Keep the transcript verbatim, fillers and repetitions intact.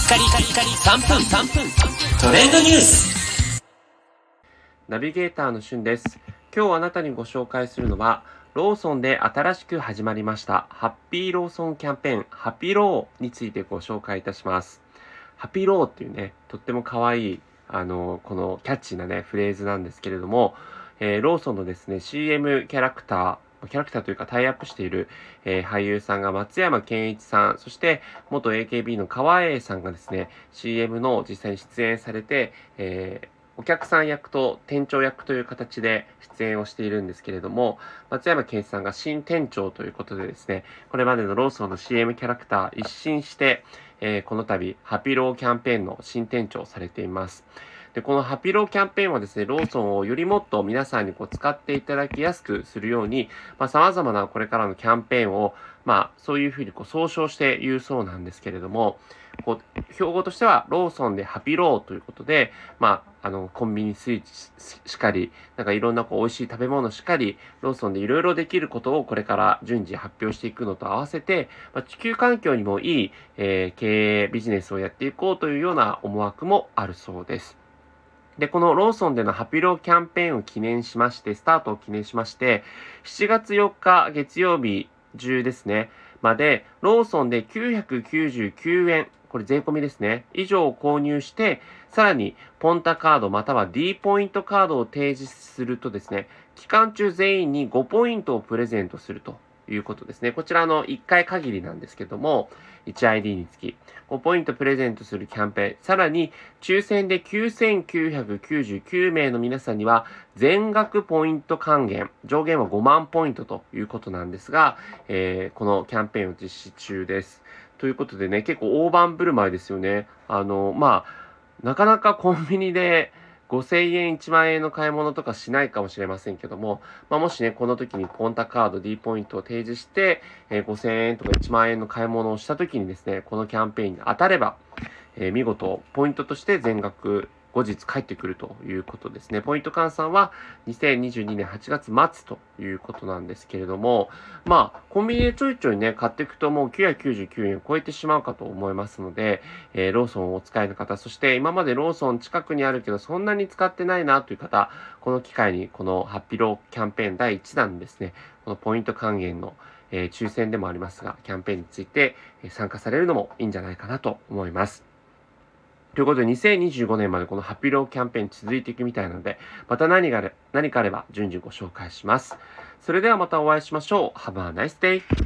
カリカリカリさんぷんさんぷんトレンドニュース。 ナビゲーターのしゅんです。今日あなたにご紹介するのはローソンで新しく始まりましたハッピーローソンキャンペーンハピローについてご紹介いたします。ハピローっていうね、とっても可愛いあのこのキャッチーなねフレーズなんですけれども、えー、ローソンのですね シーエム キャラクターキャラクターというかタイアップしている、えー、俳優さんが松山ケンイチさん、そして元 エーケービー の川栄さんがですね シーエム の実際に出演されて、えーお客さん役と店長役という形で出演をしているんですけれども、松山ケンイチさんが新店長ということでですね、これまでのローソンの シーエム キャラクター一新して、えー、この度ハピローキャンペーンの新店長をされています。で、このハピローキャンペーンはですね、ローソンをよりもっと皆さんにこう使っていただきやすくするように、まあ、様々なこれからのキャンペーンを、まあ、そういうふうにこう総称して言うそうなんですけれども、こう標語としてはローソンでハピローということで、まあ、あのコンビニスイーツしかり、なんかいろんなこう美味しい食べ物しかり、ローソンでいろいろできることをこれから順次発表していくのと合わせて、まあ、地球環境にもいい、えー、経営ビジネスをやっていこうというような思惑もあるそうです。で、このローソンでのハピローキャンペーンを記念しまして、スタートを記念しまして、しちがつよっか月曜日中ですね、まで、ローソンできゅうひゃくきゅうじゅうきゅうえん、これ税込みですね、以上を購入して、さらに、ポンタカードまたは D ポイントカードを提示するとですね、期間中全員にごポイントをプレゼントするということですね。こちらのいっかい限りなんですけども、いちアイディー につきごポイントプレゼントするキャンペーン、さらに抽選できゅうせんきゅうひゃくきゅうじゅうきゅうめいの皆さんには全額ポイント還元、上限はごまんポイントということなんですが、えー、このキャンペーンを実施中です。ということでね、結構大盤振る舞いですよね。あの、まあ、なかなかコンビニでごせんえん、いちまんえんの買い物とかしないかもしれませんけども、まあ、もしね、この時にポンタカード D ポイントを提示して、えー、ごせんえんとかいちまんえんの買い物をした時にですね、このキャンペーンに当たれば、えー、見事、ポイントとして全額後日返ってくるということですね。ポイント換算はにせんにじゅうにねんはちがつ末ということなんですけれども、まあ、コンビニでちょいちょいね、買っていくともうきゅうひゃくきゅうじゅうきゅうえんを超えてしまうかと思いますので、えー、ローソンをお使いの方、そして今までローソン近くにあるけどそんなに使ってないなという方、この機会にこのハッピーローキャンペーンだいいちだんにですね、このポイント還元の、えー、抽選でもありますが、キャンペーンについて参加されるのもいいんじゃないかなと思います。ということで、にせんにじゅうごねんまでこのハピローキャンペーン続いていくみたいなので、また何が何かあれば順次ご紹介します。それではまたお会いしましょう。Have a nice day!